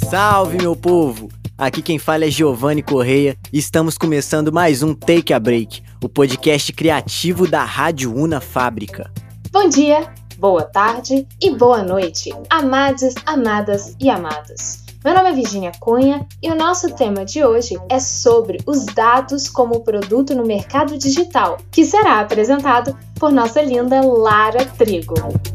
Salve, meu povo! Aqui quem fala é Giovanni Correia e estamos começando mais um Take a Break, o podcast criativo da Rádio Una Fábrica. Bom dia, boa tarde e boa noite, amados, amadas e amados. Meu nome é Virginia Cunha e o nosso tema de hoje é sobre os dados como produto no mercado digital, que será apresentado por nossa linda Lara Trigo.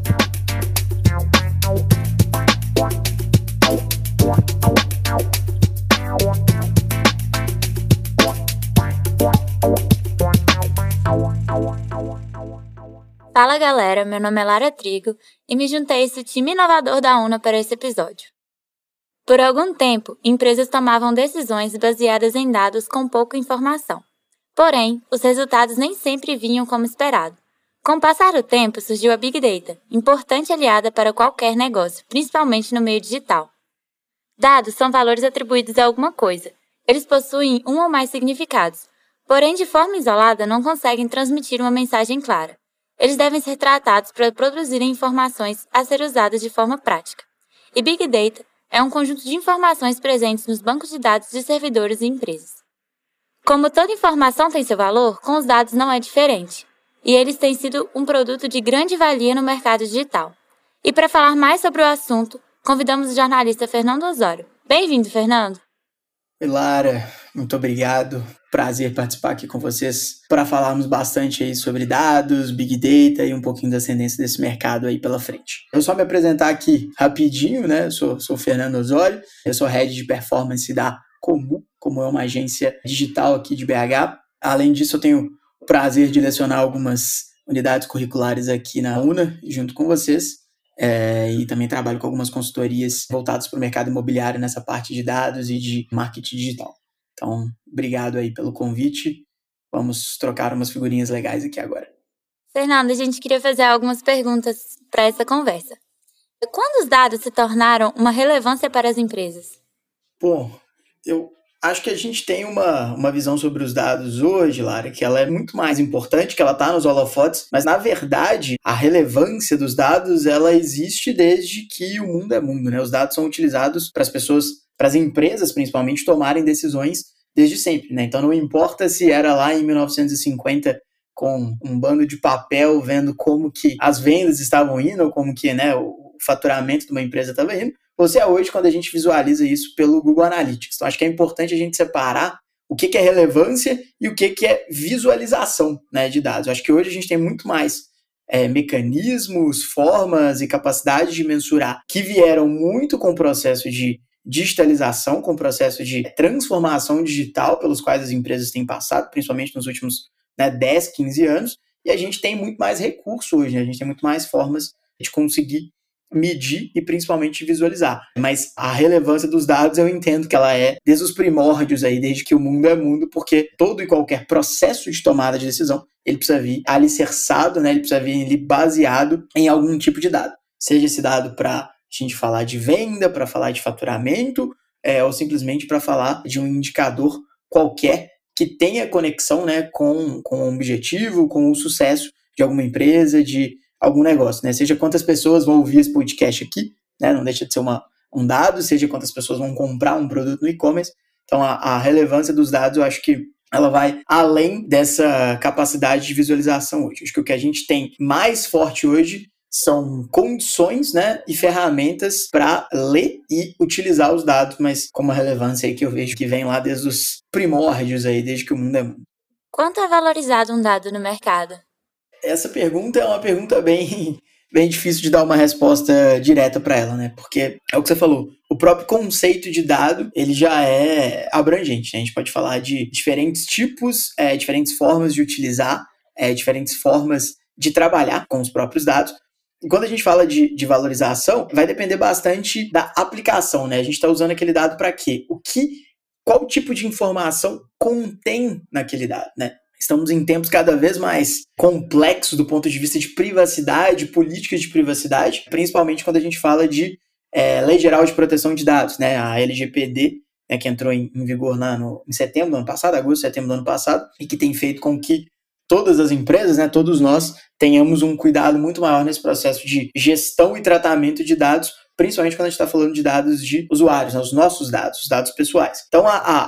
Fala galera, meu nome é Lara Trigo e me juntei a esse time inovador da Una para esse episódio. Por algum tempo, empresas tomavam decisões baseadas em dados com pouca informação. Porém, os resultados nem sempre vinham como esperado. Com o passar do tempo, surgiu a Big Data, importante aliada para qualquer negócio, principalmente no meio digital. Dados são valores atribuídos a alguma coisa. Eles possuem um ou mais significados, porém de forma isolada não conseguem transmitir uma mensagem clara. Eles devem ser tratados para produzirem informações a ser usadas de forma prática. E Big Data é um conjunto de informações presentes nos bancos de dados de servidores e empresas. Como toda informação tem seu valor, com os dados não é diferente. E eles têm sido um produto de grande valia no mercado digital. E para falar mais sobre o assunto, convidamos o jornalista Fernando Osório. Bem-vindo, Fernando! Oi, Lara, muito obrigado. Prazer participar aqui com vocês para falarmos bastante aí sobre dados, Big Data e um pouquinho das tendências desse mercado aí pela frente. Eu só me apresentar aqui rapidinho, né? Eu sou o Fernando Osório, eu sou Head de Performance da Comu, como é uma agência digital aqui de BH. Além disso, eu tenho o prazer de lecionar algumas unidades curriculares aqui na Una, junto com vocês. E também trabalho com algumas consultorias voltadas para o mercado imobiliário nessa parte de dados e de marketing digital. Então, obrigado aí pelo convite. Vamos trocar umas figurinhas legais aqui agora. Fernando, a gente queria fazer algumas perguntas para essa conversa. Quando os dados se tornaram uma relevância para as empresas? Bom, eu acho que a gente tem uma visão sobre os dados hoje, Lara, que ela é muito mais importante, que ela está nos holofotes, mas na verdade a relevância dos dados ela existe desde que o mundo é mundo, né? Os dados são utilizados para as pessoas, para as empresas principalmente, tomarem decisões desde sempre, né? Então não importa se era lá em 1950 com um bando de papel vendo como que as vendas estavam indo, ou como que, né, o faturamento de uma empresa estava indo, ou se é hoje quando a gente visualiza isso pelo Google Analytics. Então acho que é importante a gente separar o que é relevância e o que é visualização, né, de dados. Eu acho que hoje a gente tem muito mais mecanismos, formas e capacidade de mensurar que vieram muito com o processo de digitalização, com o processo de transformação digital pelos quais as empresas têm passado, principalmente nos últimos 10, 15 anos, e a gente tem muito mais recurso hoje, né? A gente tem muito mais formas de conseguir medir e principalmente visualizar. Mas a relevância dos dados eu entendo que ela é desde os primórdios aí, desde que o mundo é mundo, porque todo e qualquer processo de tomada de decisão, ele precisa vir alicerçado, né? Ele precisa vir baseado em algum tipo de dado. Seja esse dado para a gente falar de venda, para falar de faturamento, ou simplesmente para falar de um indicador qualquer que tenha conexão, né, com o objetivo, com o sucesso de alguma empresa, de algum negócio, né? Seja quantas pessoas vão ouvir esse podcast aqui, né? Não deixa de ser um dado, seja quantas pessoas vão comprar um produto no e-commerce. Então, a relevância dos dados, eu acho que ela vai além dessa capacidade de visualização hoje. Acho que o que a gente tem mais forte hoje são condições, né, e ferramentas para ler e utilizar os dados, mas com uma relevância aí que eu vejo que vem lá desde os primórdios aí, desde que o mundo é mundo. Quanto é valorizado um dado no mercado? Essa pergunta é uma pergunta bem difícil de dar uma resposta direta para ela, né? Porque é o que você falou, o próprio conceito de dado, ele já é abrangente, né? A gente pode falar de diferentes tipos, diferentes formas de utilizar, diferentes formas de trabalhar com os próprios dados. E quando a gente fala de valorização, vai depender bastante da aplicação, né? A gente está usando aquele dado para quê? Qual tipo de informação contém naquele dado, né? Estamos em tempos cada vez mais complexos do ponto de vista de privacidade, políticas de privacidade, principalmente quando a gente fala de Lei Geral de Proteção de Dados, né, a LGPD, né, que entrou em vigor em setembro do ano passado, agosto, setembro do ano passado, e que tem feito com que todas as empresas, né, todos nós, tenhamos um cuidado muito maior nesse processo de gestão e tratamento de dados principalmente quando a gente está falando de dados de usuários, né, os nossos dados, os dados pessoais. Então,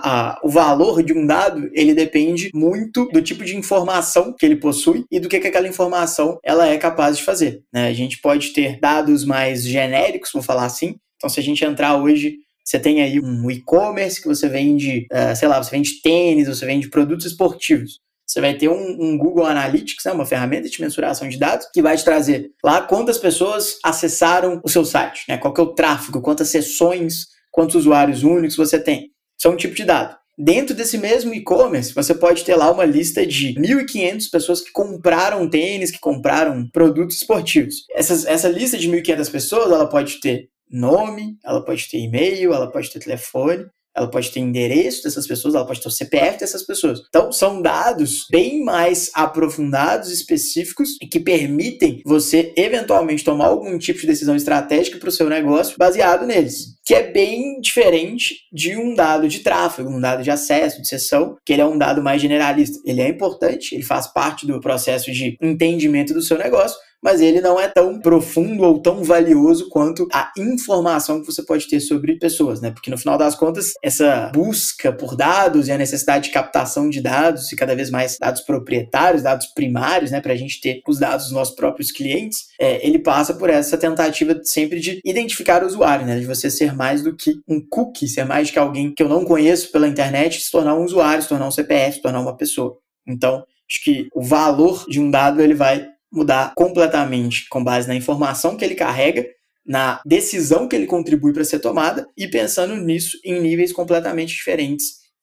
o valor de um dado, ele depende muito do tipo de informação que ele possui e do que aquela informação ela é capaz de fazer, né? A gente pode ter dados mais genéricos, vou falar assim. Então, se a gente entrar hoje, você tem aí um e-commerce que você vende, você vende tênis, você vende produtos esportivos. Você vai ter um Google Analytics, né, uma ferramenta de mensuração de dados, que vai te trazer lá quantas pessoas acessaram o seu site, né, qual que é o tráfego, quantas sessões, quantos usuários únicos você tem. Isso é um tipo de dado. Dentro desse mesmo e-commerce, você pode ter lá uma lista de 1.500 pessoas que compraram tênis, que compraram produtos esportivos. Essa lista de 1.500 pessoas, ela pode ter nome, ela pode ter e-mail, ela pode ter telefone, ela pode ter endereço dessas pessoas, ela pode ter o CPF dessas pessoas. Então, são dados bem mais aprofundados, específicos, e que permitem você, eventualmente, tomar algum tipo de decisão estratégica para o seu negócio baseado neles. Que é bem diferente de um dado de tráfego, um dado de acesso, de sessão, que ele é um dado mais generalista. Ele é importante, ele faz parte do processo de entendimento do seu negócio, mas ele não é tão profundo ou tão valioso quanto a informação que você pode ter sobre pessoas, né? Porque no final das contas, essa busca por dados e a necessidade de captação de dados e cada vez mais dados proprietários, dados primários, né? Para a gente ter os dados dos nossos próprios clientes, ele passa por essa tentativa sempre de identificar o usuário, né? De você ser mais do que um cookie, ser mais do que alguém que eu não conheço pela internet, se tornar um usuário, se tornar um CPF, se tornar uma pessoa. Então, acho que o valor de um dado, ele vai mudar completamente com base na informação que ele carrega, na decisão que ele contribui para ser tomada e pensando nisso em níveis completamente diferentes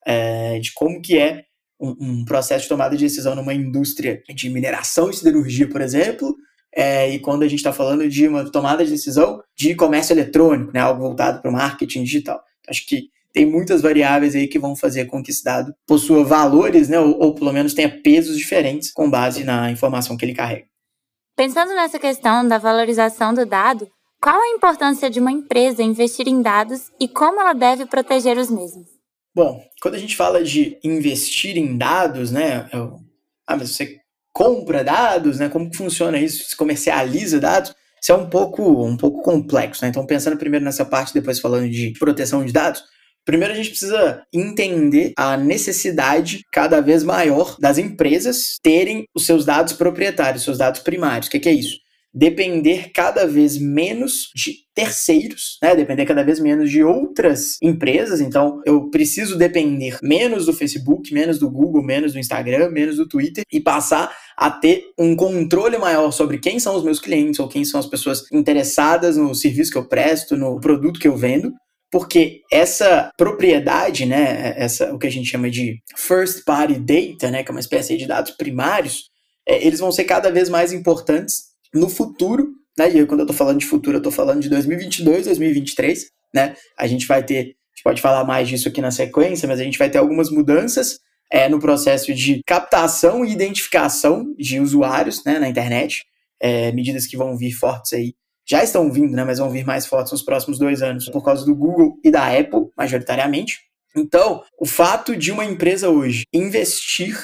de como que é um processo de tomada de decisão numa indústria de mineração e siderurgia, por exemplo, e quando a gente está falando de uma tomada de decisão de comércio eletrônico, né, algo voltado para o marketing digital. Acho que tem muitas variáveis aí que vão fazer com que esse dado possua valores, né, ou pelo menos tenha pesos diferentes com base na informação que ele carrega. Pensando nessa questão da valorização do dado, qual a importância de uma empresa investir em dados e como ela deve proteger os mesmos? Bom, quando a gente fala de investir em dados, né, mas você compra dados, né, como que funciona isso? Se comercializa dados? Isso é um pouco complexo, né? Então, pensando primeiro nessa parte, depois falando de proteção de dados, primeiro a gente precisa entender a necessidade cada vez maior das empresas terem os seus dados proprietários, seus dados primários. O que é isso? Depender cada vez menos de terceiros, né? Depender cada vez menos de outras empresas. Então, eu preciso depender menos do Facebook, menos do Google, menos do Instagram, menos do Twitter e passar a ter um controle maior sobre quem são os meus clientes ou quem são as pessoas interessadas no serviço que eu presto, no produto que eu vendo. Porque essa propriedade, né, o que a gente chama de first party data, né, que é uma espécie de dados primários, eles vão ser cada vez mais importantes no futuro, né, e quando eu estou falando de futuro, eu estou falando de 2022, 2023, né, a gente pode falar mais disso aqui na sequência, mas a gente vai ter algumas mudanças no processo de captação e identificação de usuários, né, na internet, medidas que vão vir fortes aí, já estão vindo, né, mas vão vir mais fortes nos próximos 2 anos por causa do Google e da Apple, majoritariamente. Então, o fato de uma empresa hoje investir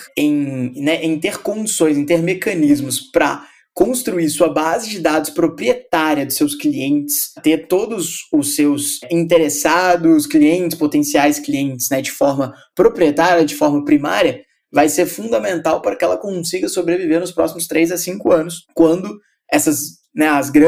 em ter condições, em ter mecanismos para construir sua base de dados proprietária dos seus clientes, ter todos os seus interessados, clientes, potenciais clientes, né, de forma proprietária, de forma primária, vai ser fundamental para que ela consiga sobreviver nos próximos 3 a 5 anos, quando essas, né,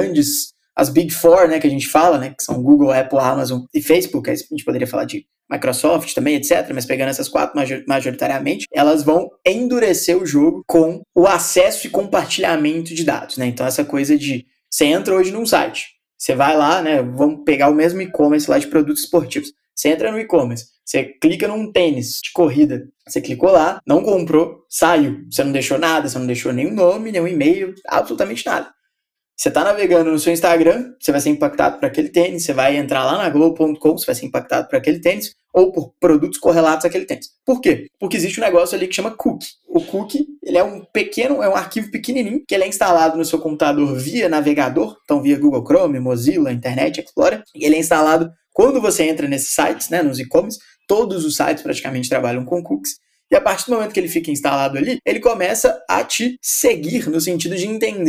as Big Four, né, que a gente fala, né, que são Google, Apple, Amazon e Facebook, a gente poderia falar de Microsoft também, etc., mas pegando essas 4 majoritariamente, elas vão endurecer o jogo com o acesso e compartilhamento de dados, né? Então, essa coisa de você entra hoje num site, você vai lá, né? Vamos pegar o mesmo e-commerce lá de produtos esportivos. Você entra no e-commerce, você clica num tênis de corrida, você clicou lá, não comprou, saiu. Você não deixou nada, você não deixou nenhum nome, nenhum e-mail, absolutamente nada. Você está navegando no seu Instagram, você vai ser impactado por aquele tênis, você vai entrar lá na Globo.com, você vai ser impactado por aquele tênis, ou por produtos correlatos àquele tênis. Por quê? Porque existe um negócio ali que chama cookie. O cookie, ele é um arquivo pequenininho, que ele é instalado no seu computador via navegador, então via Google Chrome, Mozilla, Internet Explorer, e ele é instalado quando você entra nesses sites, né, nos e-commerce. Todos os sites praticamente trabalham com cookies. E a partir do momento que ele fica instalado ali, ele começa a te seguir no sentido de entender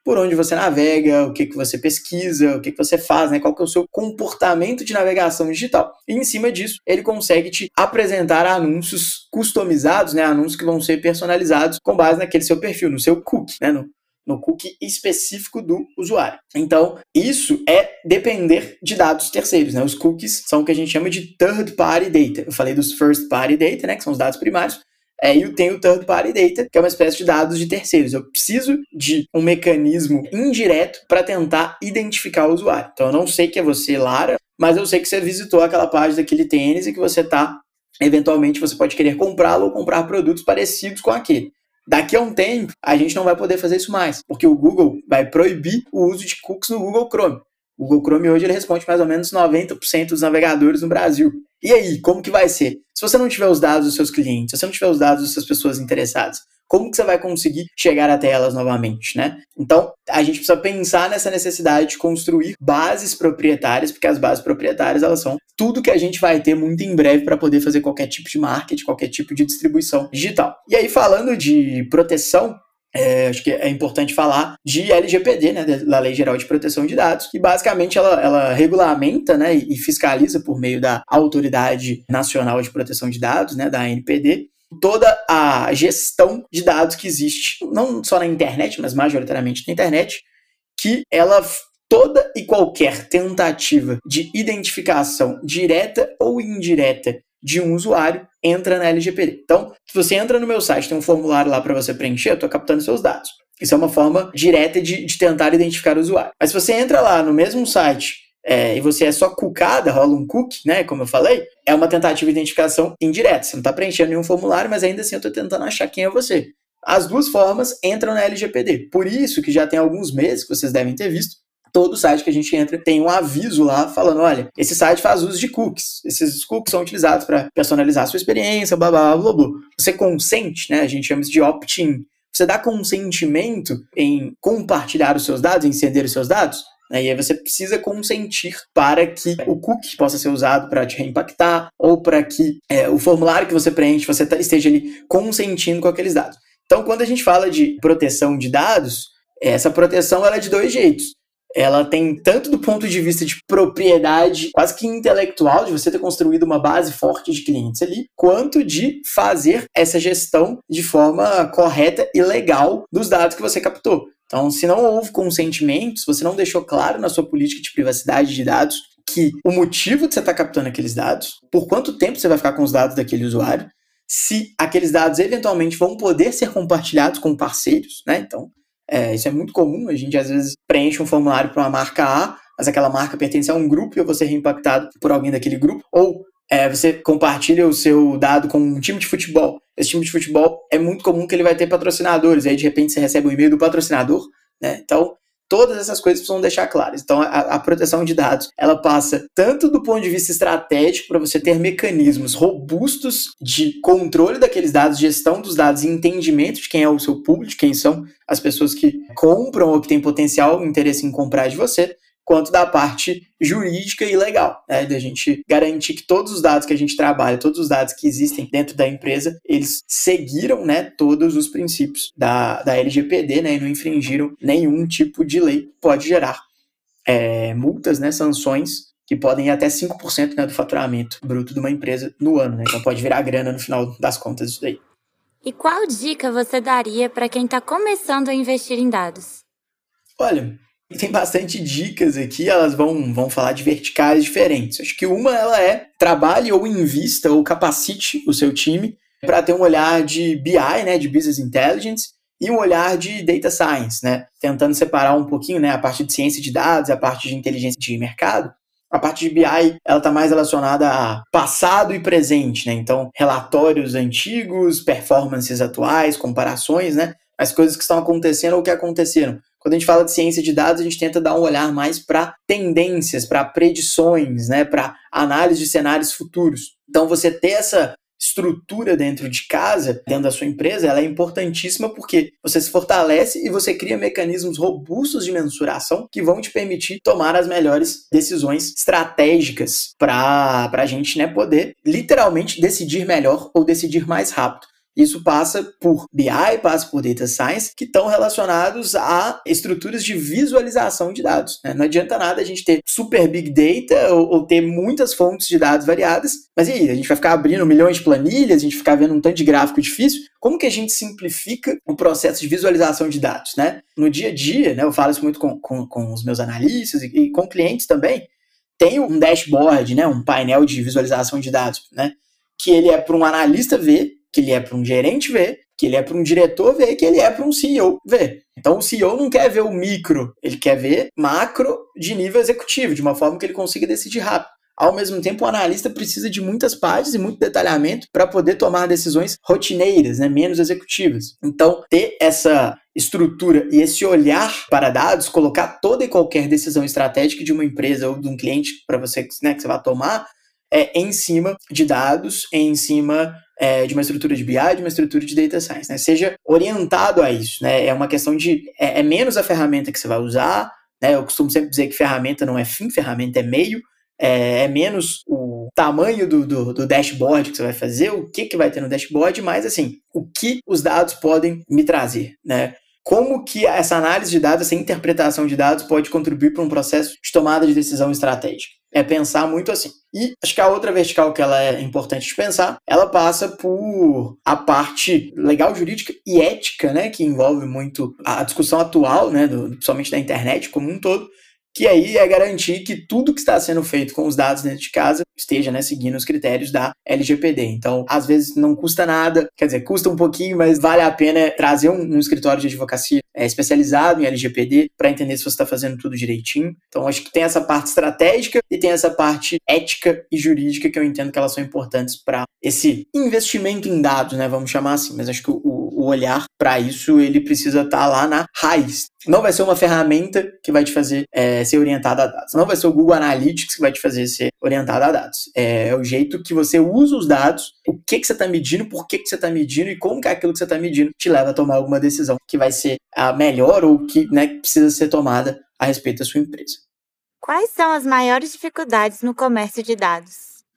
por onde você navega, o que você pesquisa, o que você faz, né? Qual que é o seu comportamento de navegação digital. E em cima disso, ele consegue te apresentar anúncios customizados, né? Anúncios que vão ser personalizados com base naquele seu perfil, no seu cookie, né? No cookie específico do usuário. Então, isso é depender de dados terceiros, né? Os cookies são o que a gente chama de third-party data. Eu falei dos first-party data, né? Que são os dados primários. E eu tenho o third-party data, que é uma espécie de dados de terceiros. Eu preciso de um mecanismo indireto para tentar identificar o usuário. Então, eu não sei que é você, Lara, mas eu sei que você visitou aquela página daquele tênis e que você eventualmente, você pode querer comprá-lo ou comprar produtos parecidos com aquele. Daqui a um tempo, a gente não vai poder fazer isso mais, porque o Google vai proibir o uso de cookies no Google Chrome. O Google Chrome hoje ele responde mais ou menos 90% dos navegadores no Brasil. E aí, como que vai ser? Se você não tiver os dados dos seus clientes, se você não tiver os dados das suas pessoas interessadas, como que você vai conseguir chegar até elas novamente, né? Então, a gente precisa pensar nessa necessidade de construir bases proprietárias, porque as bases proprietárias, elas são tudo que a gente vai ter muito em breve para poder fazer qualquer tipo de marketing, qualquer tipo de distribuição digital. E aí, falando de proteção, acho que é importante falar de LGPD, né, da Lei Geral de Proteção de Dados, que basicamente ela regulamenta, né, e fiscaliza por meio da Autoridade Nacional de Proteção de Dados, né, da ANPD, toda a gestão de dados que existe, não só na internet, mas majoritariamente na internet, que toda e qualquer tentativa de identificação direta ou indireta de um usuário entra na LGPD. Então, se você entra no meu site, tem um formulário lá para você preencher, eu estou captando seus dados. Isso é uma forma direta de tentar identificar o usuário. Mas se você entra lá no mesmo site e você é só cucada, rola um cookie, né, como eu falei, é uma tentativa de identificação indireta. Você não está preenchendo nenhum formulário, mas ainda assim eu estou tentando achar quem é você. As duas formas entram na LGPD. Por isso que já tem alguns meses que vocês devem ter visto, todo site que a gente entra tem um aviso lá falando, olha, esse site faz uso de cookies. Esses cookies são utilizados para personalizar a sua experiência, blá, blá, blá, blá. Você consente, né? A gente chama isso de opt-in. Você dá consentimento em compartilhar os seus dados, em ceder os seus dados? E aí você precisa consentir para que o cookie possa ser usado para te reimpactar ou para que o formulário que você preenche, você esteja ali consentindo com aqueles dados. Então, quando a gente fala de proteção de dados, essa proteção ela é de dois jeitos. Ela tem tanto do ponto de vista de propriedade quase que intelectual, de você ter construído uma base forte de clientes ali, quanto de fazer essa gestão de forma correta e legal dos dados que você captou. Então, se não houve consentimento, se você não deixou claro na sua política de privacidade de dados que o motivo de você estar captando aqueles dados, por quanto tempo você vai ficar com os dados daquele usuário, se aqueles dados eventualmente vão poder ser compartilhados com parceiros, né? Então, isso é muito comum, a gente às vezes preenche um formulário para uma marca A, mas aquela marca pertence a um grupo e eu vou ser reimpactado por alguém daquele grupo, ou você compartilha o seu dado com um time de futebol. Esse time de futebol é muito comum que ele vai ter patrocinadores, aí de repente você recebe um e-mail do patrocinador, né? Então, todas essas coisas precisam deixar claras. Então, a proteção de dados, ela passa tanto do ponto de vista estratégico para você ter mecanismos robustos de controle daqueles dados, gestão dos dados e entendimento de quem é o seu público, de quem são as pessoas que compram ou que têm potencial interesse em comprar de você, quanto da parte jurídica e legal, né, da gente garantir que todos os dados que a gente trabalha, todos os dados que existem dentro da empresa, eles seguiram, né, todos os princípios da LGPD, né, e não infringiram nenhum tipo de lei. Pode gerar multas, né, sanções que podem ir até 5%, né, do faturamento bruto de uma empresa no ano, né, então pode virar grana no final das contas isso daí. E qual dica você daria para quem está começando a investir em dados? Olha, tem bastante dicas aqui, elas vão falar de verticais diferentes. Acho que uma ela trabalhe ou invista ou capacite o seu time para ter um olhar de BI, né, de Business Intelligence, e um olhar de Data Science, né, tentando separar um pouquinho, né, a parte de ciência de dados, a parte de inteligência de mercado. A parte de BI, ela está mais relacionada a passado e presente, né, então relatórios antigos, performances atuais, comparações, né, as coisas que estão acontecendo ou que aconteceram. Quando a gente fala de ciência de dados, a gente tenta dar um olhar mais para tendências, para predições, né, para análise de cenários futuros. Então, você ter essa estrutura dentro de casa, dentro da sua empresa, ela é importantíssima porque você se fortalece e você cria mecanismos robustos de mensuração que vão te permitir tomar as melhores decisões estratégicas para a gente, né, poder literalmente decidir melhor ou decidir mais rápido. Isso passa por BI, passa por Data Science, que estão relacionados a estruturas de visualização de dados, né? Não adianta nada a gente ter super big data ou ter muitas fontes de dados variadas, mas e aí? A gente vai ficar abrindo milhões de planilhas, a gente ficar vendo um tanto de gráfico difícil? Como que a gente simplifica o processo de visualização de dados, né? No dia a dia, né, eu falo isso muito com os meus analistas e com clientes também, tem um dashboard, né, um painel de visualização de dados, né, que ele é para um analista ver, que ele é para um gerente ver, que ele é para um diretor ver, que ele é para um CEO ver. Então o CEO não quer ver o micro, ele quer ver macro de nível executivo, de uma forma que ele consiga decidir rápido. Ao mesmo tempo, o analista precisa de muitas páginas e muito detalhamento para poder tomar decisões rotineiras, né, menos executivas. Então, ter essa estrutura e esse olhar para dados, colocar toda e qualquer decisão estratégica de uma empresa ou de um cliente para você, né, que você vai tomar, em cima de dados, em cima de uma estrutura de BI, de uma estrutura de Data Science, né? Seja orientado a isso, né? É uma questão de... É menos a ferramenta que você vai usar, né? Eu costumo sempre dizer que ferramenta não é fim, ferramenta é meio. É menos o tamanho do dashboard que você vai fazer, o que vai ter no dashboard, mas assim, o que os dados podem me trazer, né? Como que essa análise de dados, essa interpretação de dados pode contribuir para um processo de tomada de decisão estratégica? É pensar muito assim. E acho que a outra vertical que ela é importante de pensar, ela passa por a parte legal, jurídica e ética, né, que envolve muito a discussão atual, né, principalmente da internet como um todo, que aí é garantir que tudo que está sendo feito com os dados dentro de casa esteja, né, seguindo os critérios da LGPD. Então, às vezes não custa nada, quer dizer, custa um pouquinho, mas vale a pena trazer um escritório de advocacia especializado em LGPD para entender se você está fazendo tudo direitinho. Então, acho que tem essa parte estratégica e tem essa parte ética e jurídica que eu entendo que elas são importantes para esse investimento em dados, né, vamos chamar assim. Mas acho que o olhar para isso, ele precisa estar lá na raiz. Não vai ser uma ferramenta que vai te fazer ser orientado a dados. Não vai ser o Google Analytics que vai te fazer ser orientado a dados. É o jeito que você usa os dados, o que você está medindo, por que você está medindo e como que aquilo que você está medindo te leva a tomar alguma decisão que vai ser a melhor ou que, né, precisa ser tomada a respeito da sua empresa. Quais são as maiores dificuldades no comércio de dados?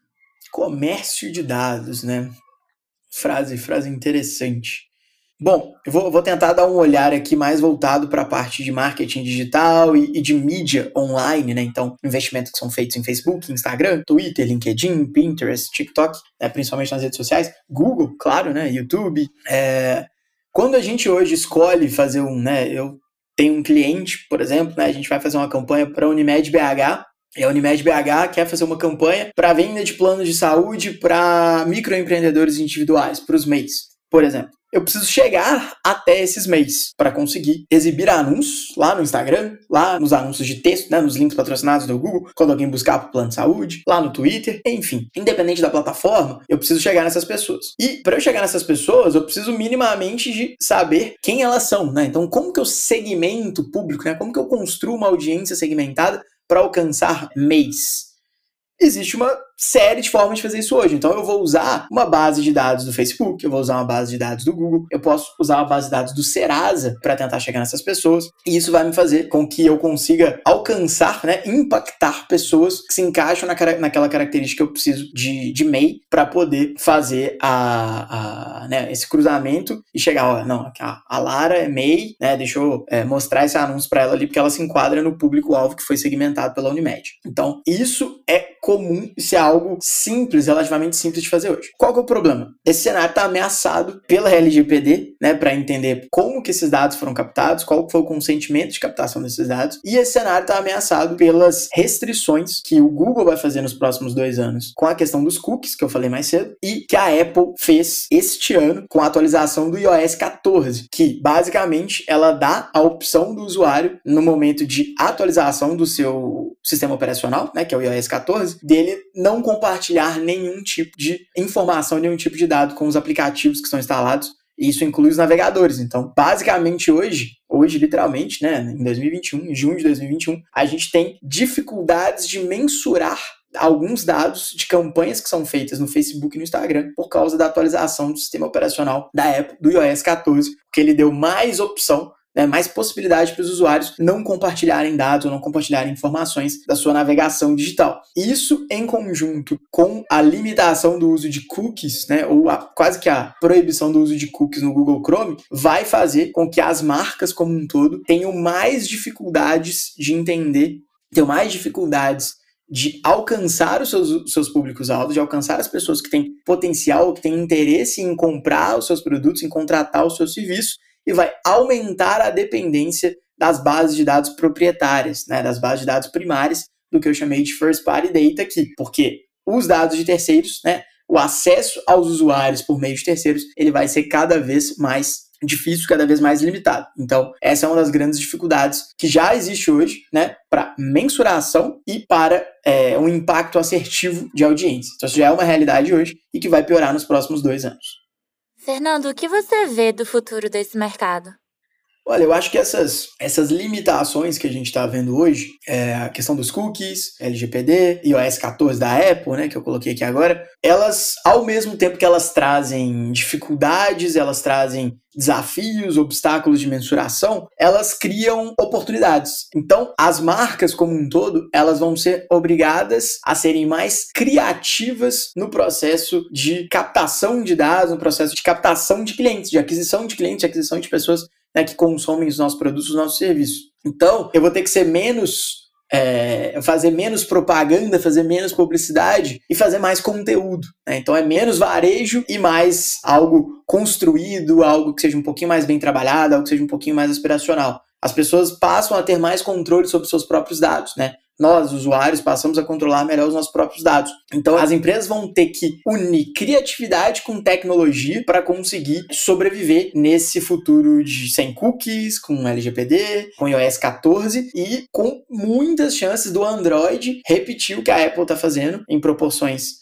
Comércio de dados, né? Frase interessante. Bom, eu vou tentar dar um olhar aqui mais voltado para a parte de marketing digital e de mídia online, né? Então, investimentos que são feitos em Facebook, Instagram, Twitter, LinkedIn, Pinterest, TikTok, né? Principalmente nas redes sociais, Google, claro, né? YouTube. Quando a gente hoje escolhe fazer eu tenho um cliente, por exemplo, né? A gente vai fazer uma campanha para a Unimed BH, e a Unimed BH quer fazer uma campanha para venda de planos de saúde para microempreendedores individuais, para os MEIs, por exemplo. Eu preciso chegar até esses MEIs para conseguir exibir anúncios lá no Instagram, lá nos anúncios de texto, né, nos links patrocinados do Google, quando alguém buscar para o plano de saúde, lá no Twitter, enfim. Independente da plataforma, eu preciso chegar nessas pessoas. E para eu chegar nessas pessoas, eu preciso minimamente de saber quem elas são, né? Então, como que eu segmento o público, né? Como que eu construo uma audiência segmentada para alcançar MEIs? Existe uma série de formas de fazer isso hoje. Então, eu vou usar uma base de dados do Facebook, eu vou usar uma base de dados do Google, eu posso usar uma base de dados do Serasa para tentar chegar nessas pessoas, e isso vai me fazer com que eu consiga alcançar, né, impactar pessoas que se encaixam naquela característica que eu preciso de MEI para poder fazer né, esse cruzamento e chegar, a Lara é MEI, né, deixa eu mostrar esse anúncio para ela ali, porque ela se enquadra no público-alvo que foi segmentado pela Unimed. Então, isso é comum, isso é algo simples, relativamente simples de fazer hoje. Qual que é o problema? Esse cenário está ameaçado pela LGPD, né, para entender como que esses dados foram captados, qual foi o consentimento de captação desses dados, e esse cenário está ameaçado pelas restrições que o Google vai fazer nos próximos 2 anos com a questão dos cookies, que eu falei mais cedo, e que a Apple fez este ano com a atualização do iOS 14, que basicamente ela dá a opção do usuário, no momento de atualização do seu sistema operacional, né, que é o iOS 14, dele não compartilhar nenhum tipo de informação, nenhum tipo de dado com os aplicativos que estão instalados, e isso inclui os navegadores. Então, basicamente hoje literalmente, né, em 2021, em junho de 2021, a gente tem dificuldades de mensurar alguns dados de campanhas que são feitas no Facebook e no Instagram por causa da atualização do sistema operacional da Apple, do iOS 14, porque ele deu mais opção né, mais possibilidade para os usuários não compartilharem dados ou não compartilharem informações da sua navegação digital. Isso em conjunto com a limitação do uso de cookies, né, ou quase que a proibição do uso de cookies no Google Chrome, vai fazer com que as marcas como um todo tenham mais dificuldades de entender, tenham mais dificuldades de alcançar os seus públicos-alvos, de alcançar as pessoas que têm potencial, que têm interesse em comprar os seus produtos, em contratar os seus serviços, e vai aumentar a dependência das bases de dados proprietárias, né, das bases de dados primárias, do que eu chamei de first party data aqui, porque os dados de terceiros, né, o acesso aos usuários por meio de terceiros, ele vai ser cada vez mais difícil, cada vez mais limitado. Então, essa é uma das grandes dificuldades que já existe hoje, né, para mensuração e para um impacto assertivo de audiência. Então, isso já é uma realidade hoje e que vai piorar nos próximos 2 anos. Fernando, o que você vê do futuro desse mercado? Olha, eu acho que essas limitações que a gente está vendo hoje, a questão dos cookies, LGPD, iOS 14 da Apple, né, que eu coloquei aqui agora, elas, ao mesmo tempo que elas trazem dificuldades, elas trazem desafios, obstáculos de mensuração, elas criam oportunidades. Então, as marcas como um todo, elas vão ser obrigadas a serem mais criativas no processo de captação de dados, no processo de captação de clientes, de aquisição de clientes, de aquisição de pessoas, né, que consomem os nossos produtos, os nossos serviços. Então, eu vou ter que ser fazer menos propaganda, fazer menos publicidade e fazer mais conteúdo, né? Então, é menos varejo e mais algo construído, algo que seja um pouquinho mais bem trabalhado, algo que seja um pouquinho mais aspiracional. As pessoas passam a ter mais controle sobre seus próprios dados, né? Nós, usuários, passamos a controlar melhor os nossos próprios dados. Então, as empresas vão ter que unir criatividade com tecnologia para conseguir sobreviver nesse futuro sem cookies, com LGPD, com iOS 14 e com muitas chances do Android repetir o que a Apple está fazendo em proporções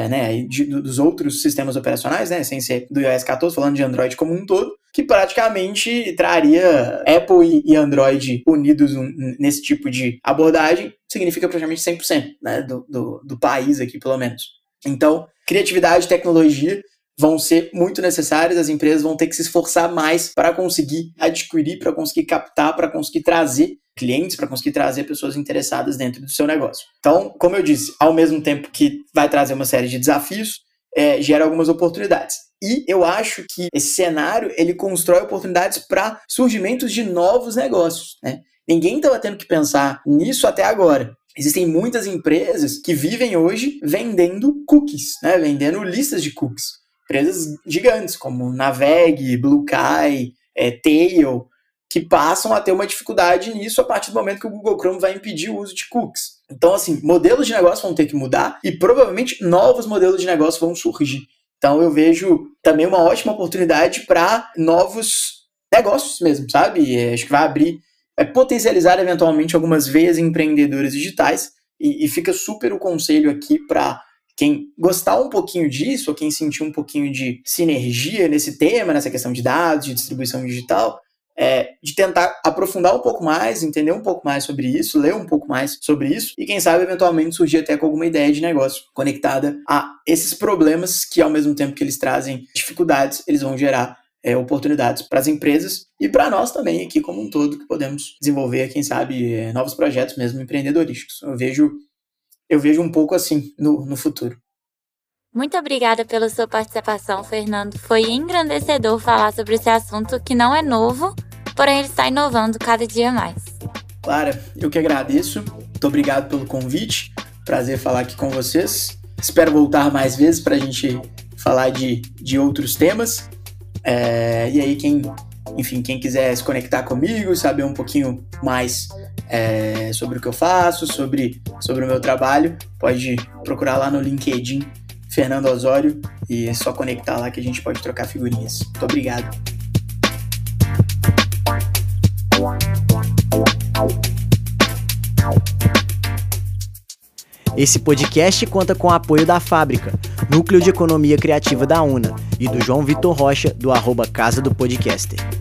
dos outros sistemas operacionais, né, sem ser do iOS 14, falando de Android como um todo, que praticamente traria Apple e Android unidos nesse tipo de abordagem, significa praticamente 100%, né, do país aqui, pelo menos. Então, criatividade e tecnologia vão ser muito necessárias, as empresas vão ter que se esforçar mais para conseguir adquirir, para conseguir captar, para conseguir trazer clientes, para conseguir trazer pessoas interessadas dentro do seu negócio. Então, como eu disse, ao mesmo tempo que vai trazer uma série de desafios, gera algumas oportunidades. E eu acho que esse cenário, ele constrói oportunidades para surgimentos de novos negócios, né? Ninguém estava tendo que pensar nisso até agora. Existem muitas empresas que vivem hoje vendendo cookies, né? Vendendo listas de cookies. Empresas gigantes, como Naveg, Bluekai, Tail, que passam a ter uma dificuldade nisso a partir do momento que o Google Chrome vai impedir o uso de cookies. Então, assim, modelos de negócio vão ter que mudar e provavelmente novos modelos de negócio vão surgir. Então, eu vejo também uma ótima oportunidade para novos negócios mesmo, sabe? Acho que vai abrir, potencializar eventualmente algumas veias empreendedoras digitais e fica super o conselho aqui para quem gostar um pouquinho disso ou quem sentir um pouquinho de sinergia nesse tema, nessa questão de dados, de distribuição digital, de tentar aprofundar um pouco mais, entender um pouco mais sobre isso, ler um pouco mais sobre isso e quem sabe eventualmente surgir até com alguma ideia de negócio conectada a esses problemas que ao mesmo tempo que eles trazem dificuldades, eles vão gerar oportunidades para as empresas e para nós também aqui como um todo que podemos desenvolver, quem sabe, novos projetos mesmo empreendedorísticos. Eu vejo um pouco assim no futuro. Muito obrigada pela sua participação, Fernando. Foi engrandecedor falar sobre esse assunto que não é novo, porém ele está inovando cada dia mais. Clara, eu que agradeço. Muito obrigado pelo convite. Prazer falar aqui com vocês. Espero voltar mais vezes para a gente falar de outros temas. E aí, quem quiser se conectar comigo, saber um pouquinho mais sobre o que eu faço, sobre o meu trabalho, pode procurar lá no LinkedIn Fernando Osório e é só conectar lá que a gente pode trocar figurinhas. Muito obrigado. Esse podcast conta com o apoio da Fábrica, Núcleo de Economia Criativa da UNA, e do João Vitor Rocha, do @Casa do Podcaster.